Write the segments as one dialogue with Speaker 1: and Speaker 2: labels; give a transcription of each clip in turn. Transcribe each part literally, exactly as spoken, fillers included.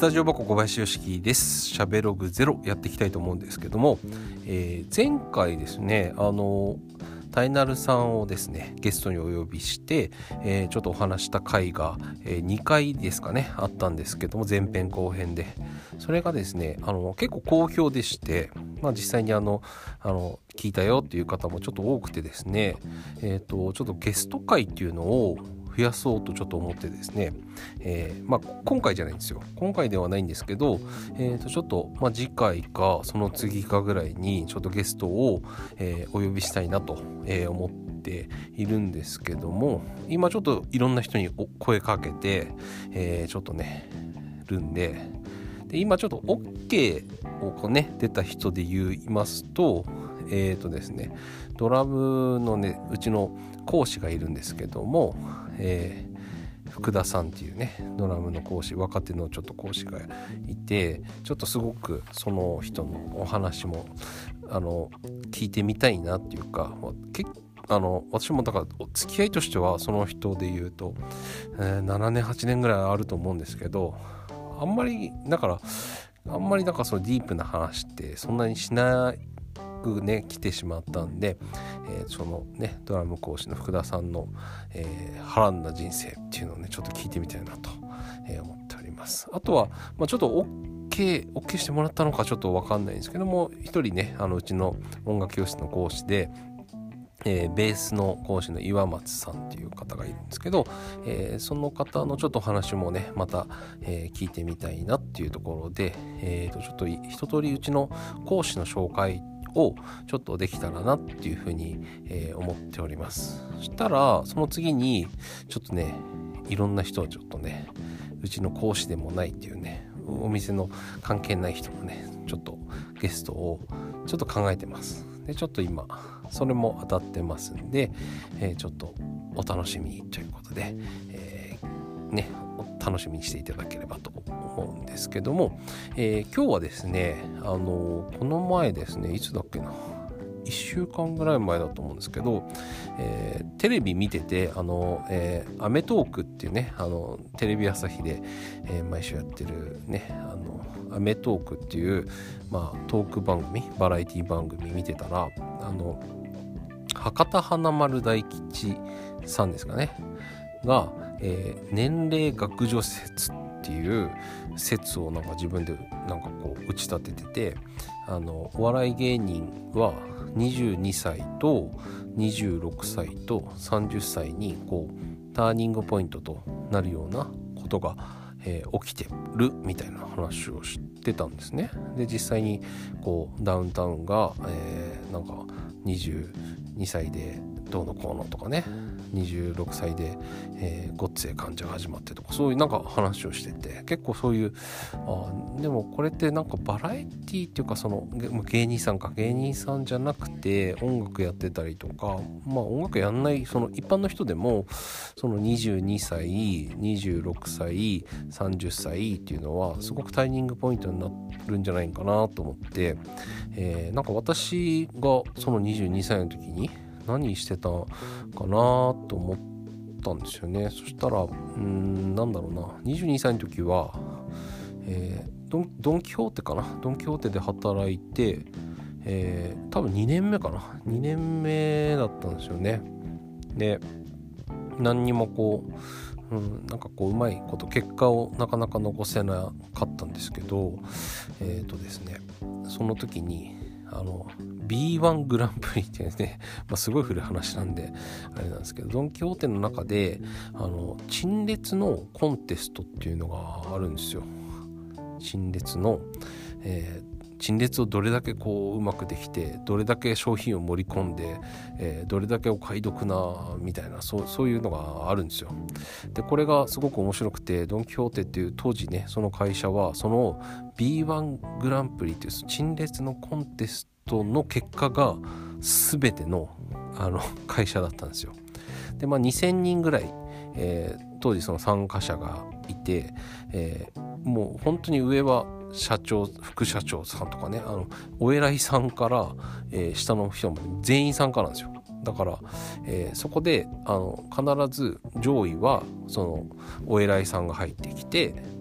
Speaker 1: タジオ箱小林よしきです。しゃべログゼロやっていきたいと思うんですけども、えー、前回ですねあのタイナルさんをですねゲストにお呼びして、えー、ちょっとお話した回が、えー、にかいですかねあったんですけども、前編後編でそれがですねあの結構好評でして、まあ、実際にあのあの聞いたよっていう方もちょっと多くてですね、えーと、ちょっとゲスト回っていうのを増やそうとちょっと思ってですね、えーまあ、今回じゃないんですよ今回ではないんですけど、えー、とちょっと、まあ、次回かその次かぐらいにちょっとゲストを、えー、お呼びしたいなと、えー、思っているんですけども、今ちょっといろんな人に声かけて、えー、ちょっとねるんで、で今ちょっと OK をこうね出た人で言いますと、えーとですねドラムのねうちの講師がいるんですけども、えー、福田さんっていうねドラムの講師、若手のちょっと講師がいて、ちょっとすごくその人のお話もあの聞いてみたいなっていうか、結あの私もだからお付き合いとしてはその人で言うと、えー、ななねんはちねんぐらいあると思うんですけど、あんまりだからあんまりなんかそのディープな話ってそんなにしないね来てしまったんで、えー、そのねドラム講師の福田さんの、えー、波乱な人生っていうのをねちょっと聞いてみたいなと、えー、思っております。あとは、まあ、ちょっと OK, OK してもらったのかちょっと分かんないんですけども、一人ねあのうちの音楽教室の講師で、えー、ベースの講師の岩松さんっていう方がいるんですけど、えー、その方のちょっと話もねまた、えー、聞いてみたいなっていうところで、えー、とちょっと一通りうちの講師の紹介をちょっとできたらなっていうふうに、えー、思っております。そしたらその次にちょっとねいろんな人をちょっとねうちの講師でもないっていうねお店の関係ない人もねちょっとゲストをちょっと考えてます。でちょっと今それも当たってますんで、えー、ちょっとお楽しみにということで、えー、ね楽しみにしていただければと思うんですけども、えー、今日はですねあのこの前ですねいつだっけないっしゅうかんぐらい前だと思うんですけど、えー、テレビ見ててあの、えー、アメトーークっていうねあのテレビ朝日で、えー、毎週やってるねあのアメトーークっていう、まあ、トーク番組バラエティ番組見てたら、あの博多華丸大吉さんですかねが、えー、年齢学女説っていう説をなんか自分でなんかこう打ち立ててて、あのお笑い芸人はにじゅうにさいとにじゅうろくさいとさんじゅっさいにこうターニングポイントとなるようなことが、えー、起きてるみたいな話をしてたんですね。で実際にこうダウンタウンが、えー、なんかにじゅうにさいでどうのこうのとかね、にじゅうろくさいで、えー、ごっつええ患者が始まってとか、そういうなんか話をしてて、結構そういうあでもこれってなんかバラエティっていうかその芸人さんか芸人さんじゃなくて音楽やってたりとか、まあ音楽やんないその一般の人でもそのにじゅうにさいにじゅうろくさいさんじゅっさいっていうのはすごくターニングポイントになるんじゃないかなと思って、えー、なんか私がそのにじゅうにさいの時に何してたかなと思ったんですよね。そしたらうーんなんだろうなにじゅうにさいの時は、えー、ドン、ドンキホーテかなドンキホーテで働いて、えー、多分にねんめかなにねんめだったんですよね。で何にもこう、うん、なんかこううまいこと結果をなかなか残せなかったんですけど、えーとですねその時にあの ビーワン グランプリっていうね、まあ、すごい古い話なんであれなんですけど、ドン・キホーテの中であの陳列のコンテストっていうのがあるんですよ。陳列の、えー、陳列をどれだけこううまくできて、どれだけ商品を盛り込んで、えー、どれだけお買い得なみたいな、そう、そういうのがあるんですよ。でこれがすごく面白くて、ドン・キホーテっていう当時ねその会社はその ビーワン グランプリっていう陳列のコンテストの結果が全ての、あの会社だったんですよ。でまあにせんにんぐらい、えー、当時その参加者がいて、えー、もう本当に上は社長副社長さんとかね、あのお偉いさんから、えー、下の人まで全員参加なんですよ。だから、えー、そこであの必ず上位はそのお偉いさんが入ってきて、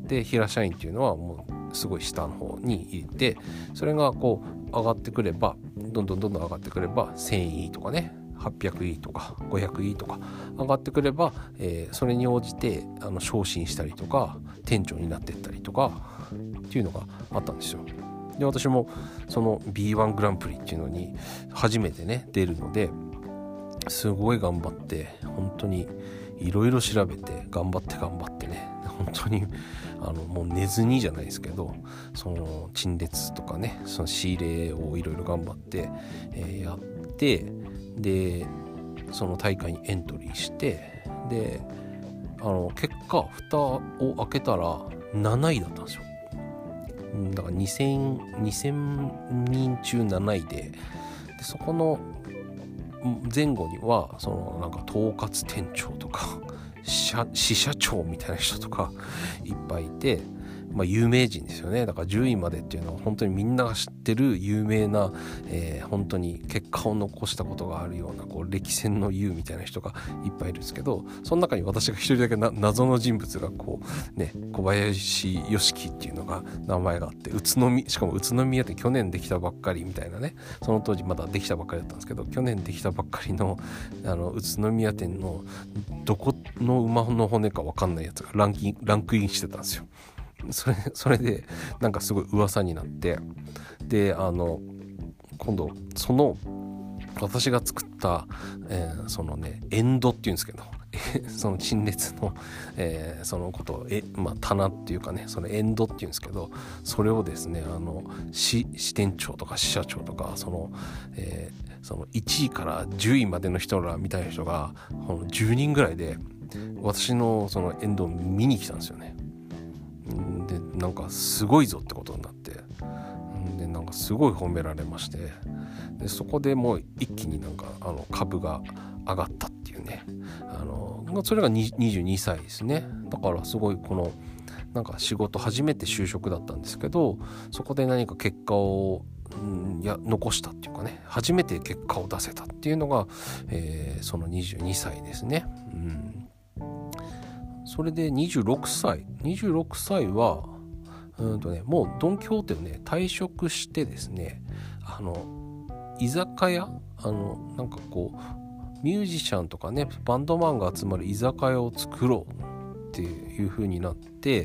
Speaker 1: で平社員っていうのはもうすごい下の方に入れて、それがこう上がってくればどんどんどんどん上がってくれば せんイー とかねはっぴゃくイー とか ごひゃくイー とか上がってくれば、えー、それに応じてあの昇進したりとか店長になっていったりとかっていうのがあったんですよ。で私もその ビーワン グランプリっていうのに初めてね出るのですごい頑張って本当にいろいろ調べて頑張って頑張ってね本当にあのもう寝ずにじゃないですけどその陳列とかねその仕入れをいろいろ頑張って、えー、やってでその大会にエントリーしてであの結果蓋を開けたらなないだったんですよ。だからにせんにん中なないで、でそこの前後にはそのなんか統括店長とか支社長みたいな人とかいっぱいいて、まあ、有名人ですよね。だからじゅういまでっていうのは本当にみんなが知ってる有名な、えー、本当に結果を残したことがあるようなこう歴戦の優みたいな人がいっぱいいるんですけど、その中に私が一人だけな謎の人物がこうね小林よしきっていうのが名前があって、宇都宮しかも宇都宮って去年できたばっかりみたいなね、その当時まだできたばっかりだったんですけど去年できたばっかりのあの宇都宮店のどこの馬の骨か分かんないやつがランキンランクインしてたんですよ。それそれでなんかすごい噂になって、であの今度その私が作った、えー、そのねエンドっていうんですけどその陳列の、えー、そのことをえ、まあ、棚っていうかねそのエンドっていうんですけど、それをですねあの 支, 支店長とか支社長とかその、えー、そのいちいからじゅういまでの人らみたいな人がこのじゅうにんぐらいで私のそのエンドを見に来たんですよね。でなんかすごいぞってことになって、でなんかすごい褒められまして、でそこでもう一気になんかあの株が上がったっていうね、あのそれがにじゅうにさいですね。だからすごいこのなんか仕事初めて就職だったんですけど、そこで何か結果をうんいや残したっていうかね、初めて結果を出せたっていうのが、えー、そのにじゅうにさいですね。うんそれでにじゅうろくさいにじゅうろくさいはうんとねもうドン・キホーテをね退職してですね、あの居酒屋あのなんかこうミュージシャンとかねバンドマンが集まる居酒屋を作ろうっていう風になって、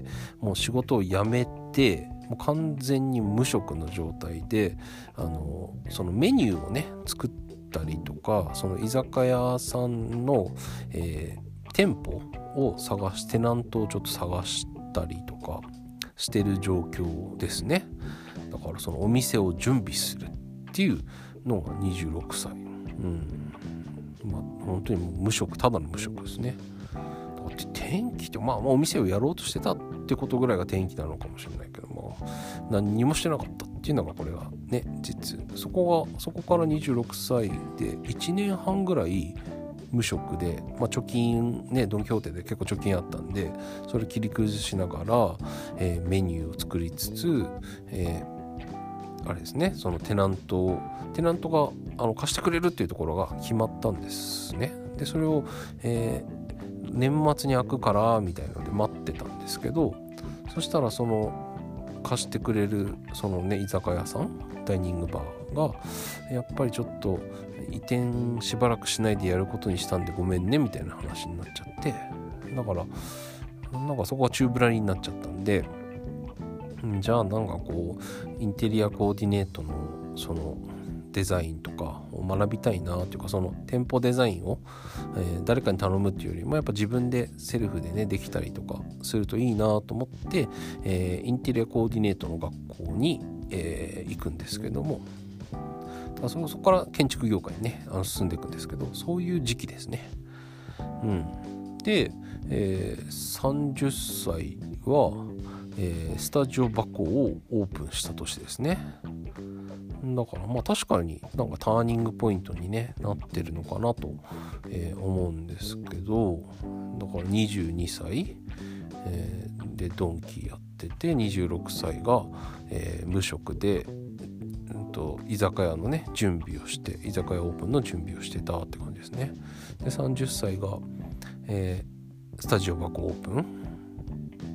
Speaker 1: もう仕事を辞めてもう完全に無職の状態であのそのメニューをね作ったりとか、その居酒屋さんの、えー、店舗を探しテナントをちょっと探したりとかしてる状況ですね。だからそのお店を準備するっていうのがにじゅうろくさい、うんまあ本当にもう無職ただの無職ですね。だって転機ってまあお店をやろうとしてたってことぐらいが転機なのかもしれないけども、何にもしてなかったっていうのがこれがね実そこがそこからにじゅうろくさいでいちねんはんぐらい無職で、まあ、貯金ねドン・キホーテで結構貯金あったんでそれ切り崩しながら、えー、メニューを作りつつ、えー、あれですねそのテナントをテナントがあの貸してくれるっていうところが決まったんですね。でそれを、えー、年末に開くからみたいなので待ってたんですけど、そしたらその貸してくれるそのね居酒屋さんダイニングバーがやっぱりちょっと移転しばらくしないでやることにしたんでごめんねみたいな話になっちゃって、だからなんかそこが宙ぶらりになっちゃったんで、じゃあなんかこうインテリアコーディネートのそのデザインとかを学びたいなというか、その店舗デザインを、えー、誰かに頼むっていうよりもやっぱ自分でセルフでねできたりとかするといいなと思って、えー、インテリアコーディネートの学校に、えー、行くんですけども、そこから建築業界にねあの進んでいくんですけど、そういう時期ですね。うん、で、えー、さんじゅっさいは、えー、スタジオバコをオープンした年ですね。だからまあ確かになんかターニングポイントに、ね、なってるのかなと、えー、思うんですけど、だからにじゅうにさい、えー、でドンキやっててにじゅうろくさいが、えー、無職でと居酒屋のね準備をして居酒屋オープンの準備をしてたって感じですね。でさんじゅっさいが、えー、スタジオバコオープン、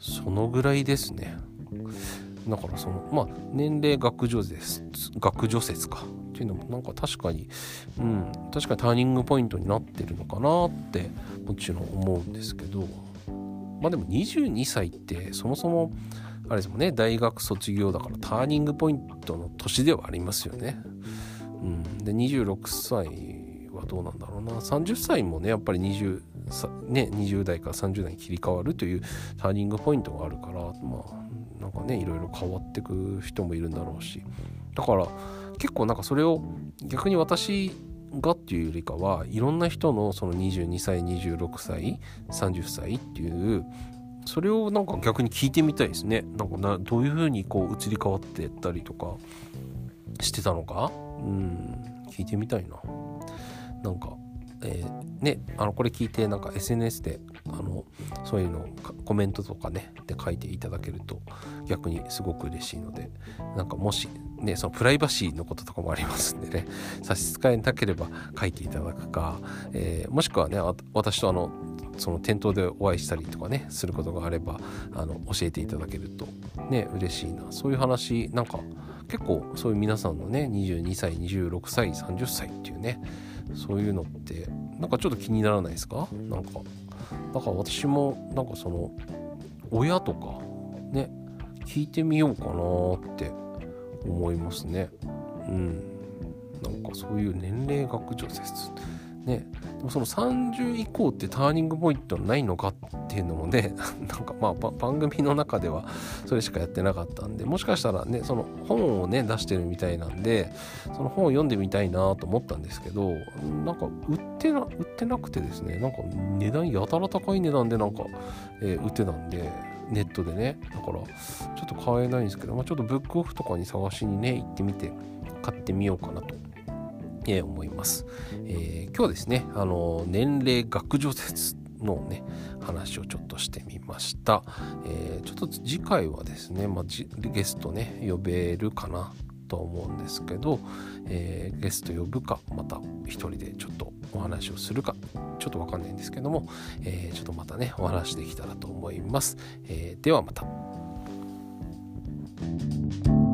Speaker 1: そのぐらいですね。だからそのまあ年齢学助説学助説かっていうのもなんか確かにうん確かにターニングポイントになってるのかなってもちろん思うんですけど、まあでもにじゅうにさいってそもそもあれですもんね、大学卒業だからターニングポイントの年ではありますよね。うん、でにじゅうろくさいはどうなんだろうな、さんじゅっさいもねやっぱりにじゅう、ね、にじゅう代からさんじゅう代に切り替わるというターニングポイントがあるから、まあなんかねいろいろ変わってく人もいるんだろうし、だから結構なんかそれを逆に私がっていうよりかはいろんな人のそのにじゅうにさいにじゅうろくさいさんじゅっさいっていうそれをなんか逆に聞いてみたいですね。なんかなどういう風にこう移り変わっていったりとかしてたのか、うん聞いてみたいな。なんか、えー、ねあのこれ聞いてなんか エスエヌエス であのそういうのをコメントとかねで書いていただけると逆にすごく嬉しいので、なんかもしねそのプライバシーのこととかもありますんでね、差し支えなければ書いていただくか、えー、もしくはね私とあのその店頭でお会いしたりとかねすることがあればあの教えていただけるとね嬉しいな。そういう話なんか結構そういう皆さんのねにじゅうにさいにじゅうろくさいさんじゅっさいっていうねそういうのってなんかちょっと気にならないですか？なんかだから私もなんかその親とかね聞いてみようかなって思いますね。うんなんかそういう年齢学助説ね、でもそのさんじゅう以降ってターニングポイントないのかっていうのもねなんかまあ番組の中ではそれしかやってなかったんで、もしかしたらねその本をね出してるみたいなんでその本を読んでみたいなと思ったんですけど、なんか売ってな売ってなくてですね、なんか値段やたら高い値段でなんか、えー、売ってたんでネットでね、だからちょっと買えないんですけど、まあ、ちょっとブックオフとかに探しにね行ってみて買ってみようかなとえー、思います。えー、今日はですね、あの年齢学助説のね話をちょっとしてみました。えー、ちょっと次回はですね、まあ、ゲストね呼べるかなと思うんですけど、えー、ゲスト呼ぶかまた一人でちょっとお話をするかちょっとわかんないんですけども、えー、ちょっとまたねお話できたらと思います。えー、ではまた。